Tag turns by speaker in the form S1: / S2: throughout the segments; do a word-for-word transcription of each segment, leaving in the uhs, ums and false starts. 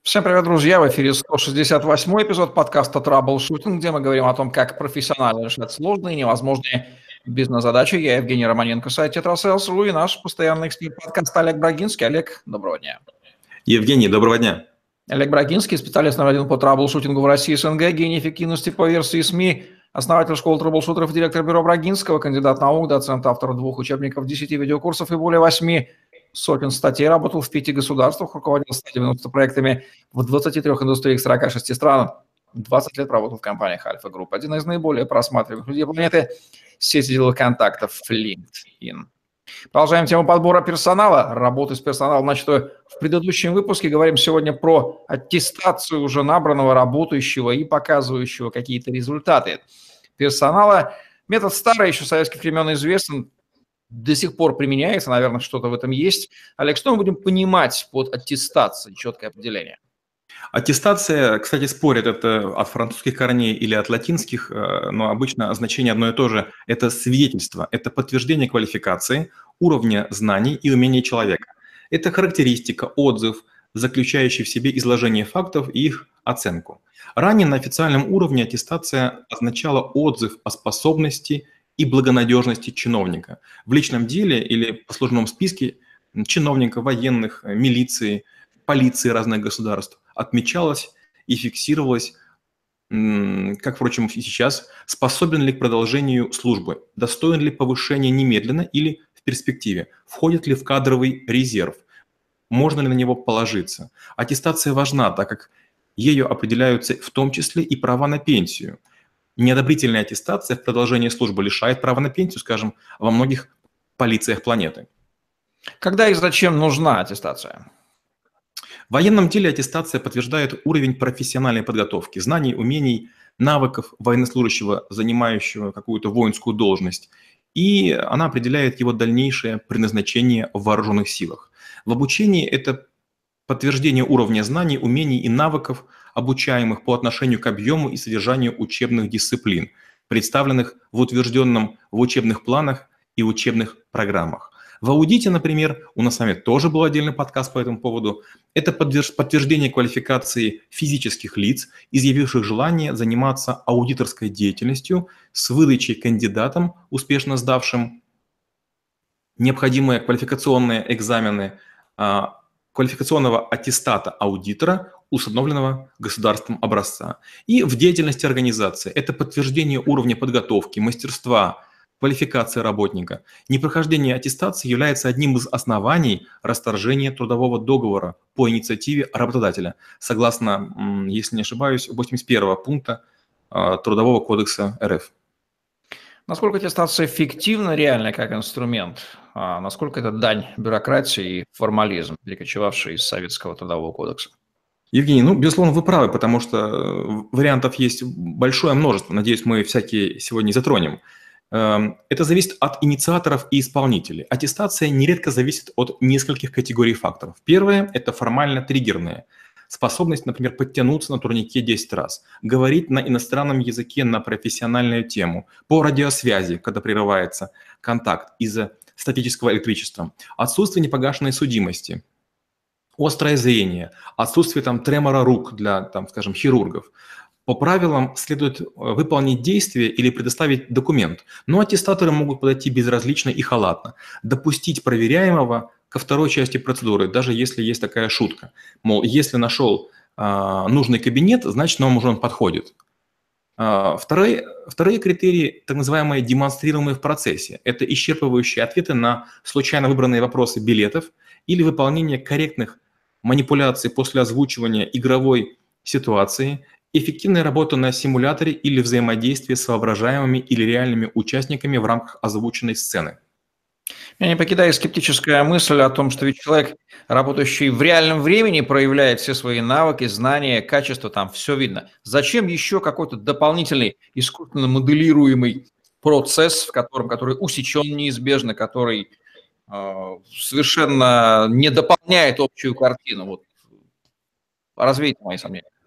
S1: Всем привет, друзья! В эфире сто шестьдесят восьмой эпизод подкаста «Траблшутинг», где мы говорим о том, как профессионально решать сложные и невозможные бизнес-задачи. Я Евгений Романенко, сайт «Тетрасейлс.ру» и наш постоянный эксперт подкаста Олег Брагинский. Олег, доброго дня.
S2: Евгений, доброго дня.
S1: Олег Брагинский, специалист номер один по траблшутингу в России и СНГ, гений эффективности по версии СМИ, основатель школы траблшутеров, директор бюро Брагинского, кандидат наук, доцент, автор двух учебников, десяти видеокурсов и более восьми сотен статей, работал в пяти государствах, руководил ста девяноста проектами в двадцати трёх индустриях сорока шести стран. двадцать лет работал в компаниях Альфа Групп. Один из наиболее просматриваемых людей планеты – сети деловых контактов LinkedIn. Продолжаем тему подбора персонала, работы с персоналом. Значит, в предыдущем выпуске говорим сегодня про аттестацию уже набранного, работающего и показывающего какие-то результаты персонала. Метод старый, еще советских времен известен, до сих пор применяется, наверное, что-то в этом есть. Олег, что мы будем понимать под аттестацией, четкое определение?
S2: Аттестация, кстати, спорят, это от французских корней или от латинских, но обычно значение одно и то же. Это свидетельство, это подтверждение квалификации, уровня знаний и умения человека. Это характеристика, отзыв, заключающий в себе изложение фактов и их оценку. Ранее на официальном уровне аттестация означала отзыв о способности и благонадежности чиновника. В личном деле или послужном списке чиновника, военных, милиции, полиции разных государств отмечалось и фиксировалось, как, впрочем, и сейчас, способен ли к продолжению службы, достоин ли повышения немедленно или в перспективе, входит ли в кадровый резерв, можно ли на него положиться. Аттестация важна, так как ею определяются в том числе и права на пенсию. Неодобрительная аттестация в продолжении службы лишает права на пенсию, скажем, во многих полициях планеты.
S1: Когда и зачем нужна аттестация?
S2: В военном деле аттестация подтверждает уровень профессиональной подготовки, знаний, умений, навыков военнослужащего, занимающего какую-то воинскую должность, и она определяет его дальнейшее предназначение в вооруженных силах. В обучении это подтверждение уровня знаний, умений и навыков, обучаемых по отношению к объему и содержанию учебных дисциплин, представленных в утвержденном в учебных планах и учебных программах. В аудите, например, у нас с вами тоже был отдельный подкаст по этому поводу, это подтверждение квалификации физических лиц, изъявивших желание заниматься аудиторской деятельностью с выдачей кандидатам, успешно сдавшим необходимые квалификационные экзамены, квалификационного аттестата аудитора, установленного государством образца. И в деятельности организации это подтверждение уровня подготовки, мастерства, квалификации работника. Непрохождение аттестации является одним из оснований расторжения трудового договора по инициативе работодателя, согласно, если не ошибаюсь, восемьдесят первого пункта Трудового кодекса эр эф.
S1: Насколько аттестация эффективна реально как инструмент? А насколько это дань бюрократии и формализм, перекочевавший из Советского трудового кодекса?
S2: Евгений, ну, безусловно, вы правы, потому что вариантов есть большое множество. Надеюсь, мы всякие сегодня затронем. Это зависит от инициаторов и исполнителей. Аттестация нередко зависит от нескольких категорий факторов. Первое – это формально триггерные. Способность, например, подтянуться на турнике десять раз, говорить на иностранном языке на профессиональную тему, по радиосвязи, когда прерывается контакт из-за статического электричества, отсутствие непогашенной судимости, острое зрение, отсутствие там, тремора рук для, там, скажем, хирургов. По правилам следует выполнить действие или предоставить документ, но аттестаторы могут подойти безразлично и халатно, допустить проверяемого ко второй части процедуры, даже если есть такая шутка. Мол, если нашел э, нужный кабинет, значит, нам уже он подходит. Э, вторые, вторые критерии, так называемые демонстрируемые в процессе, это исчерпывающие ответы на случайно выбранные вопросы билетов или выполнение корректных манипуляций после озвучивания игровой ситуации, эффективная работа на симуляторе или взаимодействие с воображаемыми или реальными участниками в рамках озвученной сцены.
S1: Меня не покидает скептическая мысль о том, что ведь человек, работающий в реальном времени, проявляет все свои навыки, знания, качества, там все видно. Зачем еще какой-то дополнительный искусственно моделируемый процесс, в котором, который усечен неизбежно, который э, совершенно не дополняет общую картину? Вот. Развейте мои сомнения.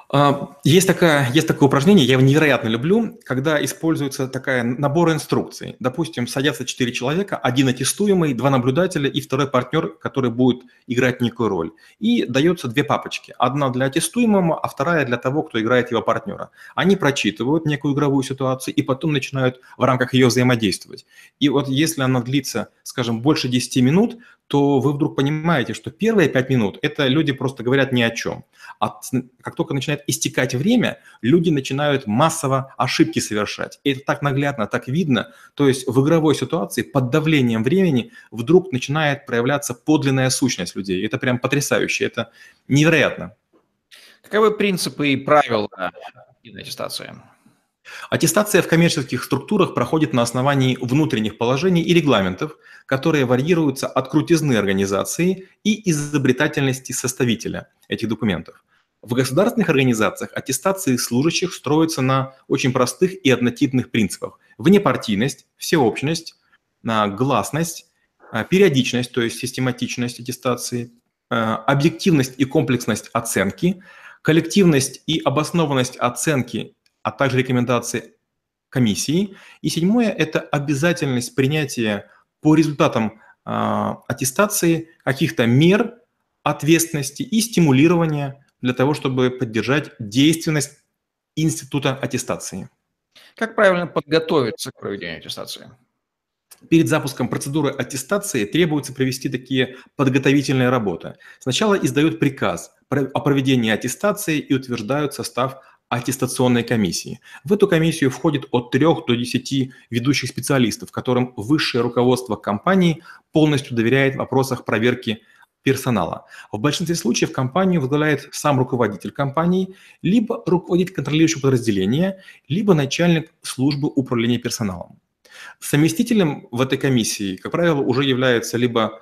S2: А, Есть, такая, есть такое упражнение, я его невероятно люблю, когда используется такая набор инструкций. Допустим, садятся четыре человека, один аттестуемый, два наблюдателя и второй партнер, который будет играть некую роль. И дается две папочки. Одна для аттестуемого, а вторая для того, кто играет его партнера. Они прочитывают некую игровую ситуацию и потом начинают в рамках ее взаимодействовать. И вот если она длится, скажем, больше десяти минут, то вы вдруг понимаете, что первые пять минут – это люди просто говорят ни о чем. А как только начинает истекать время, люди начинают массово ошибки совершать. И это так наглядно, так видно. То есть в игровой ситуации под давлением времени вдруг начинает проявляться подлинная сущность людей. Это прям потрясающе, это невероятно.
S1: Каковы принципы и правила аттестации?
S2: Аттестация в коммерческих структурах проходит на основании внутренних положений и регламентов, которые варьируются от крутизны организации и изобретательности составителя этих документов. В государственных организациях аттестации служащих строятся на очень простых и однотипных принципах. Внепартийность, всеобщность, гласность, периодичность, то есть систематичность аттестации, объективность и комплексность оценки, коллективность и обоснованность оценки, а также рекомендации комиссии. И седьмое – это обязательность принятия по результатам э, аттестации каких-то мер ответственности и стимулирования для того, чтобы поддержать действенность института аттестации.
S1: Как правильно подготовиться к проведению аттестации?
S2: Перед запуском процедуры аттестации требуется провести такие подготовительные работы. Сначала издают приказ о проведении аттестации и утверждают состав аттестационной комиссии. В эту комиссию входит от трёх до десяти ведущих специалистов, которым высшее руководство компании полностью доверяет в вопросах проверки персонала. В большинстве случаев компанию возглавляет сам руководитель компании, либо руководитель контролирующего подразделения, либо начальник службы управления персоналом. Заместителем в этой комиссии, как правило, уже является либо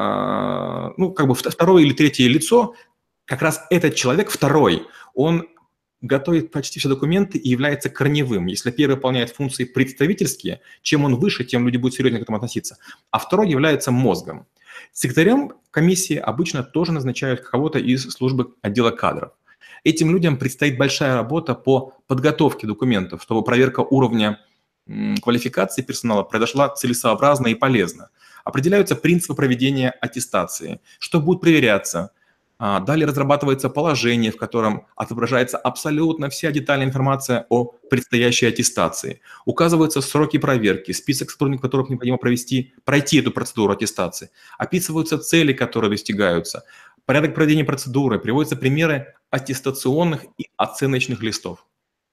S2: э, ну, как бы второе или третье лицо. Как раз этот человек, второй, он готовит почти все документы и является корневым. Если первый выполняет функции представительские, чем он выше, тем люди будут серьезнее к этому относиться. А второй является мозгом. Секретарем комиссии обычно тоже назначают кого-то из службы отдела кадров. Этим людям предстоит большая работа по подготовке документов, чтобы проверка уровня квалификации персонала произошла целесообразно и полезно. Определяются принципы проведения аттестации, что будет проверяться. Далее разрабатывается положение, в котором отображается абсолютно вся детальная информация о предстоящей аттестации. Указываются сроки проверки, список сотрудников, которых необходимо провести, пройти эту процедуру аттестации. Описываются цели, которые достигаются, порядок проведения процедуры, приводятся примеры аттестационных и оценочных листов.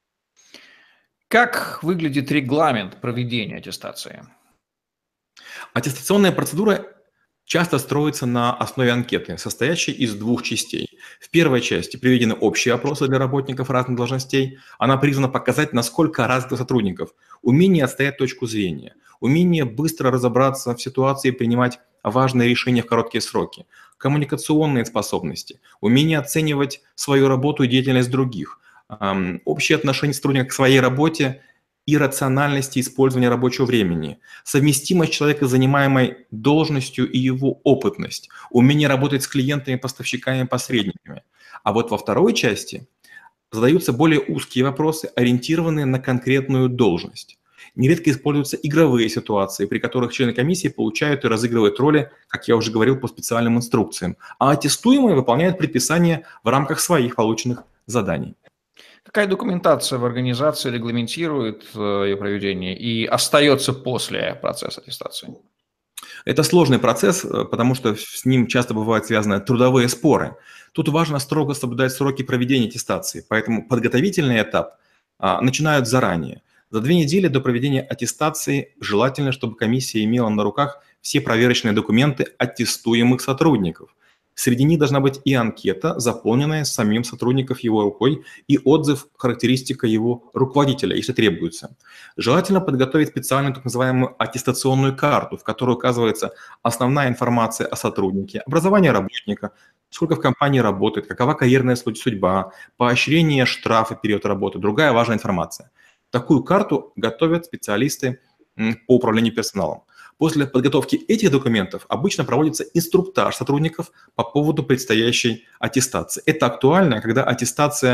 S1: Как выглядит регламент проведения аттестации?
S2: Аттестационная процедура часто строится на основе анкеты, состоящей из двух частей. В первой части приведены общие опросы для работников разных должностей. Она призвана показать, насколько развито сотрудников, умение отстоять точку зрения, умение быстро разобраться в ситуации и принимать важные решения в короткие сроки, коммуникационные способности, умение оценивать свою работу и деятельность других, общее отношение сотрудника к своей работе и рациональности использования рабочего времени, совместимость человека с занимаемой должностью и его опытность, умение работать с клиентами, поставщиками, посредниками. А вот во второй части задаются более узкие вопросы, ориентированные на конкретную должность. Нередко используются игровые ситуации, при которых члены комиссии получают и разыгрывают роли, как я уже говорил, по специальным инструкциям, а аттестуемые выполняют предписания в рамках своих полученных заданий.
S1: Какая документация в организации регламентирует ее проведение и остается после процесса аттестации?
S2: Это сложный процесс, потому что с ним часто бывают связаны трудовые споры. Тут важно строго соблюдать сроки проведения аттестации, поэтому подготовительный этап а, начинают заранее. За две недели до проведения аттестации желательно, чтобы комиссия имела на руках все проверочные документы аттестуемых сотрудников. Среди них должна быть и анкета, заполненная самим сотрудником его рукой, и отзыв, характеристика его руководителя, если требуется. Желательно подготовить специальную так называемую аттестационную карту, в которой указывается основная информация о сотруднике, образование работника, сколько в компании работает, какова карьерная судьба, поощрение, штрафы, период работы, другая важная информация. Такую карту готовят специалисты по управлению персоналом. После подготовки этих документов обычно проводится инструктаж сотрудников по поводу предстоящей аттестации. Это актуально, когда аттестация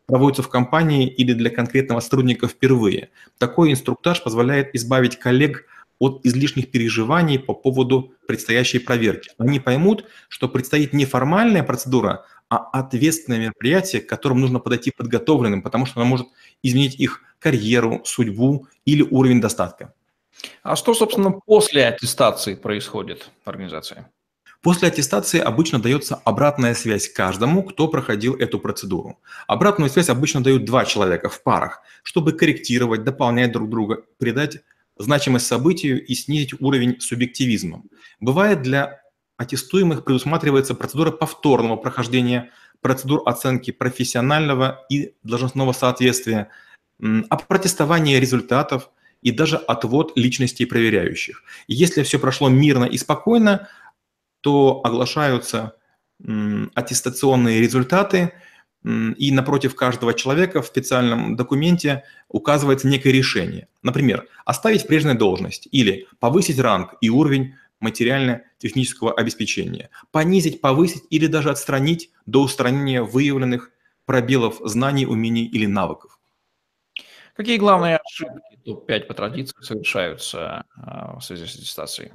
S2: проводится в компании или для конкретного сотрудника впервые. Такой инструктаж позволяет избавить коллег от излишних переживаний по поводу предстоящей проверки. Они поймут, что предстоит не формальная процедура, а ответственное мероприятие, к которому нужно подойти подготовленным, потому что оно может изменить их карьеру, судьбу или уровень достатка.
S1: А что, собственно, после аттестации происходит в организации?
S2: После аттестации обычно дается обратная связь каждому, кто проходил эту процедуру. Обратную связь обычно дают два человека в парах, чтобы корректировать, дополнять друг друга, придать значимость событию и снизить уровень субъективизма. Бывает, для аттестуемых предусматривается процедура повторного прохождения, процедур оценки профессионального и должностного соответствия, опротестование результатов и даже отвод личностей проверяющих. И если все прошло мирно и спокойно, то оглашаются м, аттестационные результаты, м, и напротив каждого человека в специальном документе указывается некое решение. Например, оставить прежнюю должность или повысить ранг и уровень материально-технического обеспечения, понизить, повысить или даже отстранить до устранения выявленных пробелов знаний, умений или навыков.
S1: Какие главные ошибки топ пять по традиции совершаются а, в связи с аттестацией?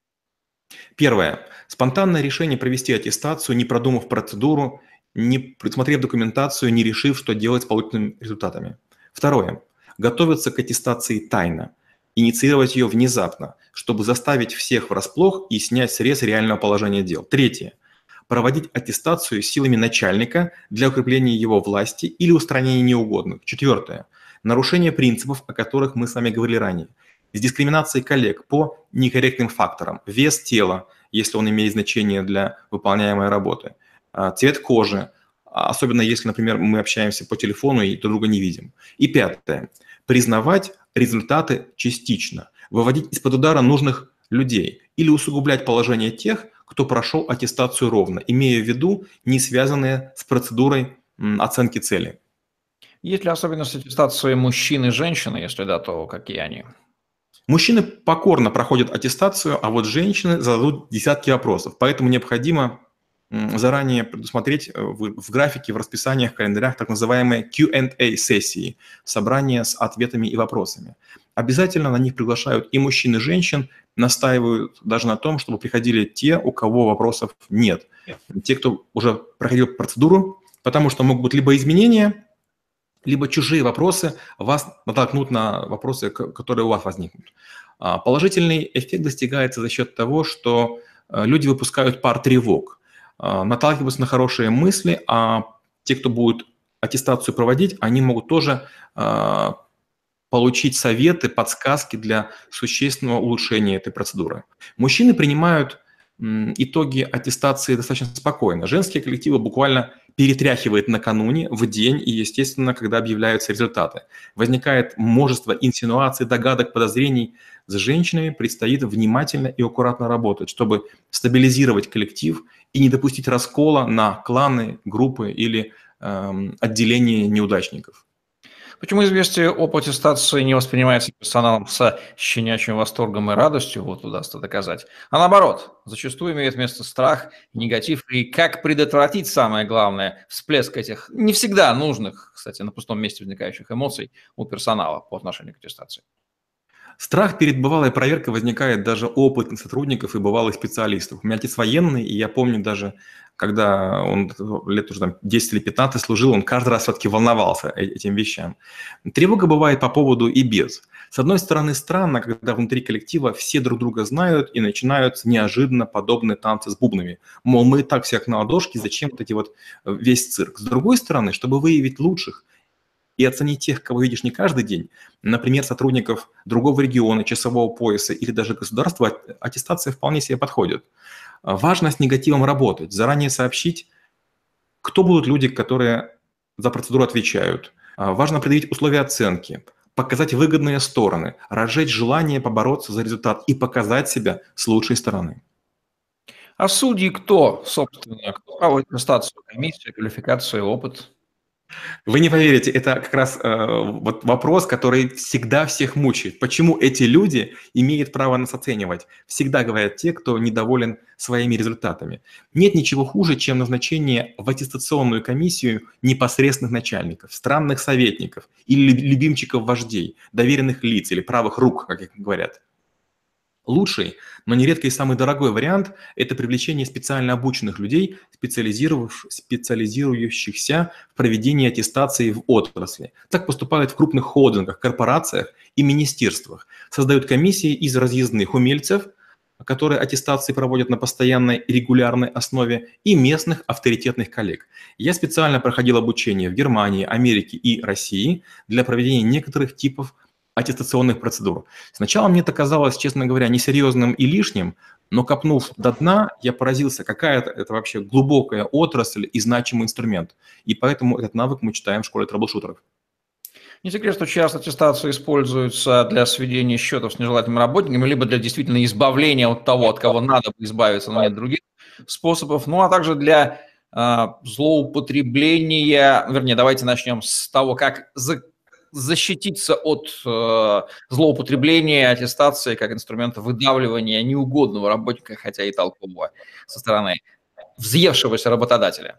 S2: Первое. Спонтанное решение провести аттестацию, не продумав процедуру, не предусмотрев документацию, не решив, что делать с полученными результатами. Второе. Готовиться к аттестации тайно. Инициировать ее внезапно, чтобы заставить всех врасплох и снять срез реального положения дел. Третье. Проводить аттестацию силами начальника для укрепления его власти или устранения неугодных. Четвертое. Нарушение принципов, о которых мы с вами говорили ранее. С дискриминацией коллег по некорректным факторам. Вес тела, если он имеет значение для выполняемой работы. Цвет кожи, особенно если, например, мы общаемся по телефону и друг друга не видим. И пятое. Признавать результаты частично. Выводить из-под удара нужных людей. Или усугублять положение тех, кто прошел аттестацию ровно, имея в виду не связанные с процедурой оценки цели.
S1: Есть ли особенности аттестации мужчин и женщин? Если да, то какие они?
S2: Мужчины покорно проходят аттестацию, а вот женщины зададут десятки вопросов. Поэтому необходимо заранее предусмотреть в, в графике, в расписаниях, в календарях так называемые кью энд эй-сессии, собрания с ответами и вопросами. Обязательно на них приглашают и мужчин, и женщин, настаивают даже на том, чтобы приходили те, у кого вопросов нет. Те, кто уже проходил процедуру, потому что могут быть либо изменения, либо чужие вопросы вас натолкнут на вопросы, которые у вас возникнут. Положительный эффект достигается за счет того, что люди выпускают пар тревог, наталкиваются на хорошие мысли, а те, кто будет аттестацию проводить, они могут тоже получить советы, подсказки для существенного улучшения этой процедуры. Мужчины принимают итоги аттестации достаточно спокойно. Женские коллективы буквально перетряхивает накануне, в день и, естественно, когда объявляются результаты. Возникает множество инсинуаций, догадок, подозрений. С женщинами предстоит внимательно и аккуратно работать, чтобы стабилизировать коллектив и не допустить раскола на кланы, группы или эм, отделения неудачников.
S1: Почему известие об аттестации не воспринимается персоналом с щенячьим восторгом и радостью, вот удастся доказать, а наоборот, зачастую имеет место страх, негатив, и как предотвратить, самое главное, всплеск этих не всегда нужных, кстати, на пустом месте возникающих эмоций у персонала по отношению к аттестации?
S2: Страх перед бывалой проверкой возникает даже у опытных сотрудников и бывалых специалистов. У меня отец военный, и я помню даже, когда он лет уже там десять или пятнадцать служил, он каждый раз все-таки волновался этим вещам. Тревога бывает по поводу и без. С одной стороны, странно, когда внутри коллектива все друг друга знают и начинаются неожиданно подобные танцы с бубнами. Мол, мы и так всех на ладошке, зачем вот эти вот весь цирк? С другой стороны, чтобы выявить лучших и оценить тех, кого видишь не каждый день, например, сотрудников другого региона, часового пояса или даже государства, аттестация вполне себе подходит. Важно с негативом работать, заранее сообщить, кто будут люди, которые за процедуру отвечают. Важно определить условия оценки, показать выгодные стороны, разжечь желание побороться за результат и показать себя с лучшей стороны.
S1: А судьи кто, собственно, кто проводит аттестацию, комиссия, квалификация, опыт?
S2: Вы не поверите, это как раз э, вот вопрос, который всегда всех мучает. Почему эти люди имеют право нас оценивать? Всегда говорят те, кто недоволен своими результатами. Нет ничего хуже, чем назначение в аттестационную комиссию непосредственных начальников, странных советников или любимчиков вождей, доверенных лиц или правых рук, как их говорят. Лучший, но нередко и самый дорогой вариант – это привлечение специально обученных людей, специализирующих- специализирующихся в проведении аттестации в отрасли. Так поступают в крупных холдингах, корпорациях и министерствах. Создают комиссии из разъездных умельцев, которые аттестации проводят на постоянной и регулярной основе, и местных авторитетных коллег. Я специально проходил обучение в Германии, Америке и России для проведения некоторых типов аттестационных процедур. Сначала мне это казалось, честно говоря, несерьезным и лишним, но копнув до дна, я поразился, какая это, это вообще глубокая отрасль и значимый инструмент. И поэтому этот навык мы читаем в школе трэблшутеров.
S1: Не секрет, что часто аттестации используются для сведения счетов с нежелательными работниками, либо для действительно избавления от того, от кого надо бы избавиться, но нет других способов, ну а также для э, злоупотребления, вернее, давайте начнем с того, как за, защититься от э, злоупотребления аттестации как инструмента выдавливания неугодного работника, хотя и толкового, со стороны взъевшегося работодателя.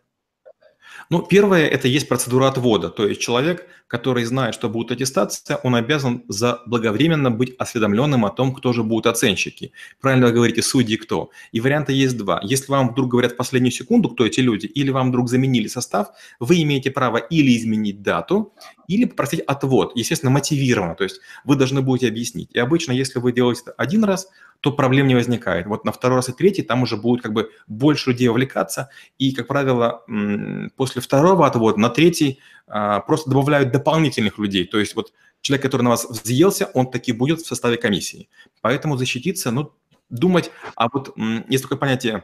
S2: Ну, первое – это есть процедура отвода. То есть человек, который знает, что будет аттестация, он обязан заблаговременно быть осведомленным о том, кто же будут оценщики. Правильно вы говорите, судьи кто. И варианта есть два. Если вам вдруг говорят в последнюю секунду, кто эти люди, или вам вдруг заменили состав, вы имеете право или изменить дату, или попросить отвод, естественно, мотивированно. То есть вы должны будете объяснить. И обычно, если вы делаете это один раз, то проблем не возникает. Вот на второй раз и третий там уже будет как бы больше людей увлекаться. И, как правило, после второго отвода на третий просто добавляют дополнительных людей. То есть вот человек, который на вас взъелся, он таки будет в составе комиссии. Поэтому защититься, ну, думать, а вот есть такое понятие,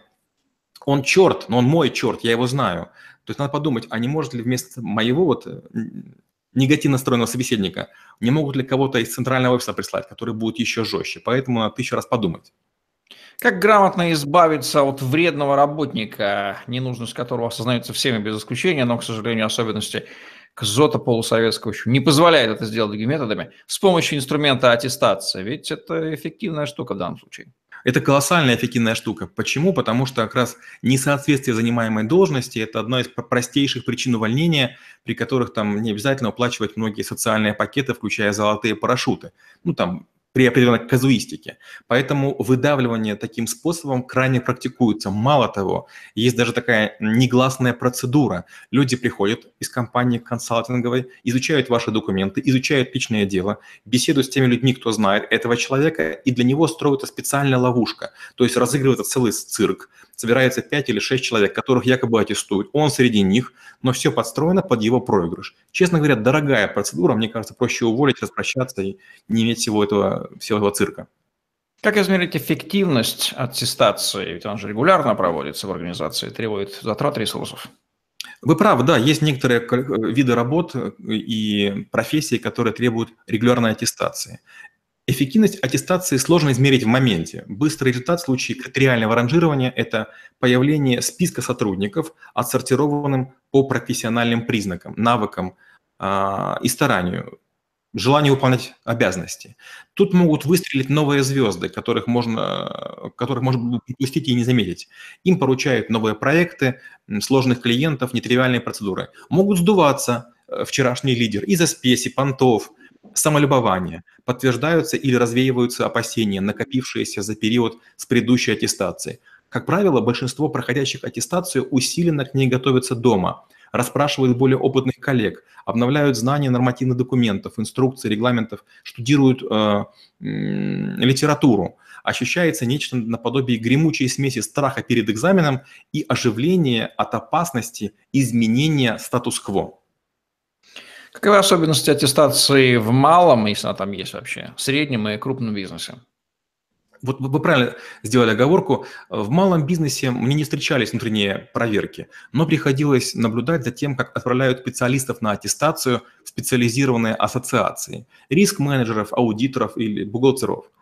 S2: он черт, но он мой черт, я его знаю. То есть надо подумать, а не может ли вместо моего вот негативно настроенного собеседника, не могут ли кого-то из центрального офиса прислать, который будет еще жестче. Поэтому надо тысячу раз подумать.
S1: Как грамотно избавиться от вредного работника, ненужность которого осознается всеми без исключения, но, к сожалению, особенности КЗОТа полусоветского еще не позволяет это сделать другими методами, с помощью инструмента аттестации? Ведь это эффективная штука в данном случае.
S2: Это колоссальная эффективная штука. Почему? Потому что как раз несоответствие занимаемой должности – это одна из простейших причин увольнения, при которых там не обязательно уплачивать многие социальные пакеты, включая золотые парашюты. Ну, там, при определенной казуистике. Поэтому выдавливание таким способом крайне практикуется. Мало того, есть даже такая негласная процедура. Люди приходят из компании консалтинговой, изучают ваши документы, изучают личное дело, беседуют с теми людьми, кто знает этого человека, и для него строится специальная ловушка. То есть разыгрывается целый цирк, собирается пять или шесть человек, которых якобы аттестуют. Он среди них, но все подстроено под его проигрыш. Честно говоря, дорогая процедура. Мне кажется, проще уволить, распрощаться и не иметь всего этого, всего этого цирка.
S1: Как измерить эффективность аттестации? Ведь она же регулярно проводится в организации, требует затрат ресурсов.
S2: Вы правы, да, есть некоторые виды работ и профессий, которые требуют регулярной аттестации. Эффективность аттестации сложно измерить в моменте. Быстрый результат в случае критериального ранжирования – это появление списка сотрудников, отсортированным по профессиональным признакам, навыкам э, и старанию, желанию выполнять обязанности. Тут могут выстрелить новые звезды, которых можно, которых можно пропустить и не заметить. Им поручают новые проекты, сложных клиентов, нетривиальные процедуры. Могут сдуваться вчерашний лидер из-за спеси, понтов, самолюбования. Подтверждаются или развеиваются опасения, накопившиеся за период с предыдущей аттестацией. Как правило, большинство проходящих аттестацию усиленно к ней готовятся дома, расспрашивают более опытных коллег, обновляют знания нормативных документов, инструкций, регламентов, штудируют э, литературу. Ощущается нечто наподобие гремучей смеси страха перед экзаменом и оживления от опасности изменения статус-кво.
S1: Каковы особенности аттестации в малом, если она там есть вообще, среднем и крупном бизнесе?
S2: Вот вы правильно сделали оговорку. В малом бизнесе мне не встречались внутренние проверки, но приходилось наблюдать за тем, как отправляют специалистов на аттестацию в специализированные ассоциации, риск-менеджеров, аудиторов или бухгалтеров.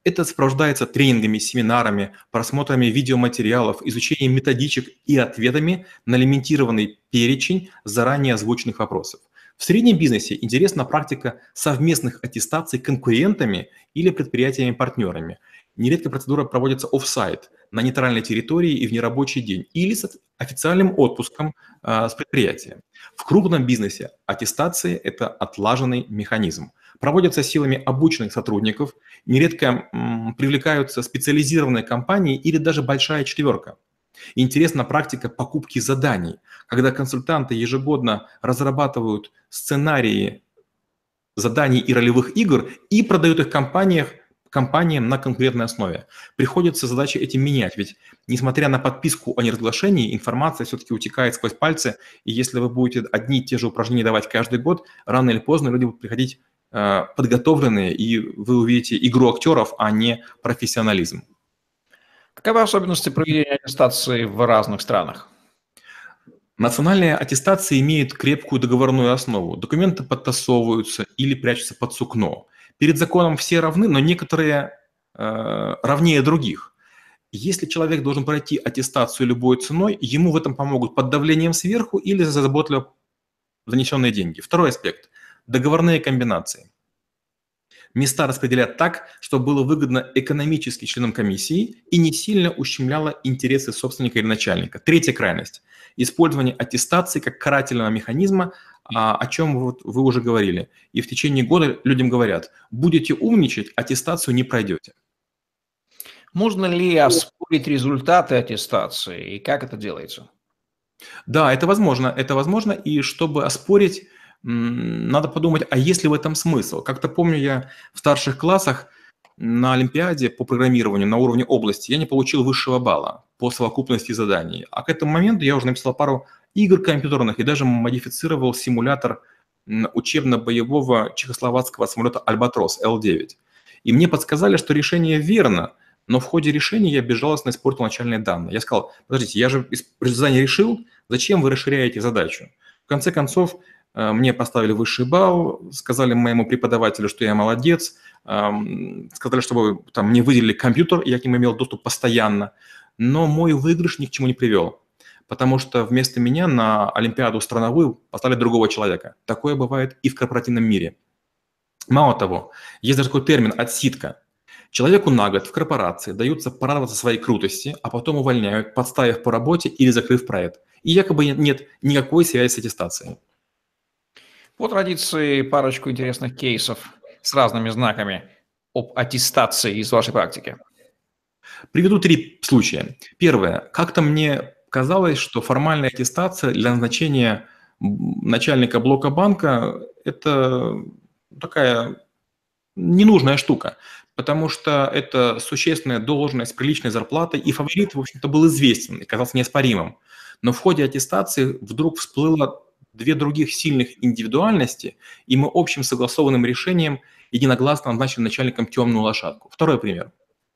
S2: Это сопровождается тренингами, семинарами, просмотрами видеоматериалов, изучением методичек и ответами на лимитированный перечень заранее озвученных вопросов. В среднем бизнесе интересна практика совместных аттестаций конкурентами или предприятиями-партнерами. Нередко процедура проводится оффсайт, на нейтральной территории и в нерабочий день, или с официальным отпуском э, с предприятия. В крупном бизнесе аттестации – это отлаженный механизм. Проводятся силами обученных сотрудников, нередко м, привлекаются специализированные компании или даже большая четверка. Интересна практика покупки заданий, когда консультанты ежегодно разрабатывают сценарии заданий и ролевых игр и продают их компаниях, компаниям на конкурентной основе. Приходится задачи эти менять, ведь несмотря на подписку о неразглашении, информация все-таки утекает сквозь пальцы, и если вы будете одни и те же упражнения давать каждый год, рано или поздно люди будут приходить э, подготовленные, и вы увидите игру актеров, а не профессионализм.
S1: Каковы особенности проведения аттестации в разных странах?
S2: Национальные аттестации имеют крепкую договорную основу. Документы подтасовываются или прячутся под сукно. Перед законом все равны, но некоторые э, равнее других. Если человек должен пройти аттестацию любой ценой, ему в этом помогут под давлением сверху или за заботливо занесенные деньги. Второй аспект – договорные комбинации. Места распределять так, чтобы было выгодно экономически членам комиссии и не сильно ущемляло интересы собственника или начальника. Третья крайность – использование аттестации как карательного механизма, о чем вот вы уже говорили. И в течение года людям говорят: будете умничать, аттестацию не пройдете.
S1: Можно ли оспорить результаты аттестации и как это делается?
S2: Да, это возможно, это возможно, и чтобы оспорить, надо подумать, а есть ли в этом смысл. Как-то помню, я в старших классах на Олимпиаде по программированию на уровне области я не получил высшего балла по совокупности заданий. А к этому моменту я уже написал пару игр компьютерных и даже модифицировал симулятор учебно-боевого чехословацкого самолета «Альбатрос» Л девять. И мне подсказали, что решение верно, но в ходе решения я безжалостно испортил начальные данные. Я сказал: подождите, я же задание решил, зачем вы расширяете задачу? В конце концов, мне поставили высший балл, сказали моему преподавателю, что я молодец, сказали, чтобы там, мне выделили компьютер, я к нему имел доступ постоянно, но мой выигрыш ни к чему не привел, потому что вместо меня на Олимпиаду страновую поставили другого человека. Такое бывает и в корпоративном мире. Мало того, есть даже такой термин «отсидка». Человеку на год в корпорации даются порадоваться своей крутости, а потом увольняют, подставив по работе или закрыв проект. И якобы нет никакой связи с аттестацией.
S1: По традиции парочку интересных кейсов с разными знаками об аттестации из вашей практики.
S2: Приведу три случая. Первое. Как-то мне казалось, что формальная аттестация для назначения начальника блока банка – это такая ненужная штука, потому что это существенная должность с приличной зарплатой, и фаворит, в общем-то, был известен и казался неоспоримым. Но в ходе аттестации вдруг всплыло две других сильных индивидуальности, и мы общим согласованным решением единогласно назначили начальником темную лошадку. Второй пример.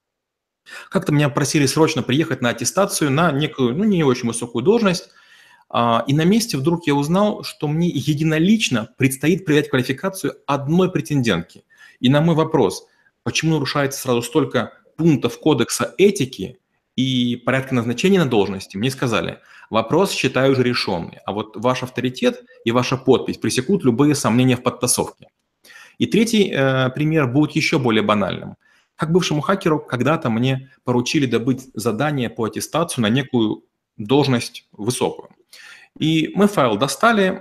S2: Как-то меня просили срочно приехать на аттестацию на некую, ну, не очень высокую должность, и на месте вдруг я узнал, что мне единолично предстоит проверять квалификацию одной претендентки. И на мой вопрос, почему нарушается сразу столько пунктов кодекса этики и порядка назначения на должности, мне сказали: вопрос считаю уже решенный, а вот ваш авторитет и ваша подпись пресекут любые сомнения в подтасовке. И третий э, пример будет еще более банальным. Как бывшему хакеру когда-то мне поручили добыть задание по аттестацию на некую должность высокую. И мы файл достали,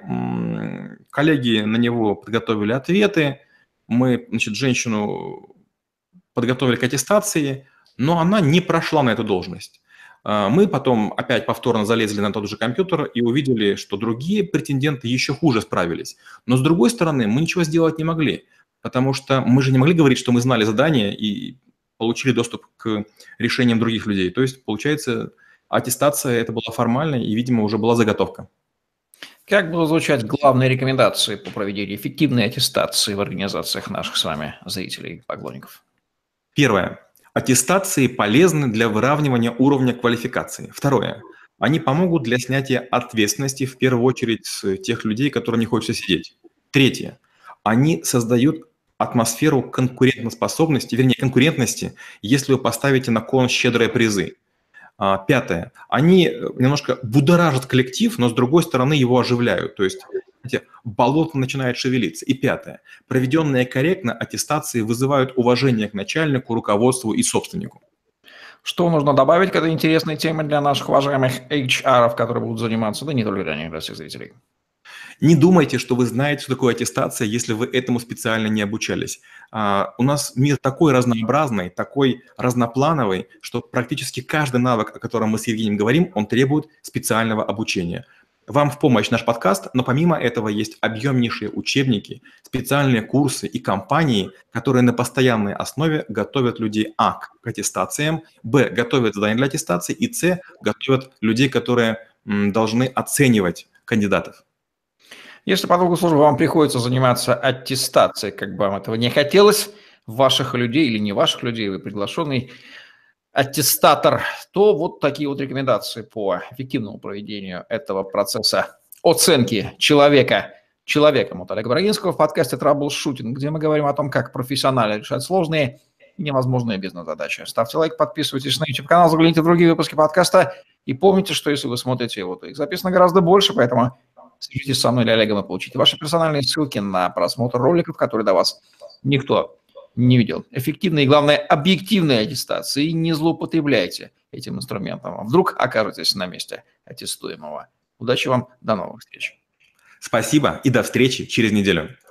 S2: коллеги на него подготовили ответы, мы, значит, женщину подготовили к аттестации, но она не прошла на эту должность. Мы потом опять повторно залезли на тот же компьютер и увидели, что другие претенденты еще хуже справились. Но с другой стороны, мы ничего сделать не могли, потому что мы же не могли говорить, что мы знали задание и получили доступ к решениям других людей. То есть, получается, аттестация это была формальная и, видимо, уже была заготовка.
S1: Как будут звучать главные рекомендации по проведению эффективной аттестации в организациях наших с вами зрителей и поклонников?
S2: Первое. Аттестации полезны для выравнивания уровня квалификации. Второе. Они помогут для снятия ответственности, в первую очередь, с тех людей, которым не хочется сидеть. Третье. Они создают атмосферу конкурентоспособности, вернее, конкурентности, если вы поставите на кон щедрые призы. А, пятое. Они немножко будоражат коллектив, но с другой стороны его оживляют. То есть, знаете, болото начинает шевелиться. И пятое. Проведенные корректно аттестации вызывают уважение к начальнику, руководству и собственнику.
S1: Что нужно добавить к этой интересной теме для наших уважаемых эйч ар, которые будут заниматься, да не только для них, для всех зрителей?
S2: Не думайте, что вы знаете, что такое аттестация, если вы этому специально не обучались. А, у нас мир такой разнообразный, такой разноплановый, что практически каждый навык, о котором мы с Евгением говорим, он требует специального обучения. Вам в помощь наш подкаст, но помимо этого есть объемнейшие учебники, специальные курсы и компании, которые на постоянной основе готовят людей а. к аттестациям, б. готовят задания для аттестации и с. готовят людей, которые м, должны оценивать кандидатов.
S1: Если по долгу службы вам приходится заниматься аттестацией, как бы вам этого не хотелось, ваших людей или не ваших людей, вы приглашенный аттестатор, то вот такие вот рекомендации по эффективному проведению этого процесса оценки человека человеком от Олега Брагинского в подкасте «Траблшутинг», где мы говорим о том, как профессионально решать сложные и невозможные бизнес-задачи. Ставьте лайк, подписывайтесь на YouTube-канал, загляните в другие выпуски подкаста и помните, что если вы смотрите его, то их записано гораздо больше, поэтому свяжитесь со мной или Олегом и получите ваши персональные ссылки на просмотр роликов, которые до вас никто не видел. Эффективная и, главное, объективная аттестация. И не злоупотребляйте этим инструментом. Вдруг окажетесь на месте аттестуемого. Удачи вам, до новых встреч.
S2: Спасибо и до встречи через неделю.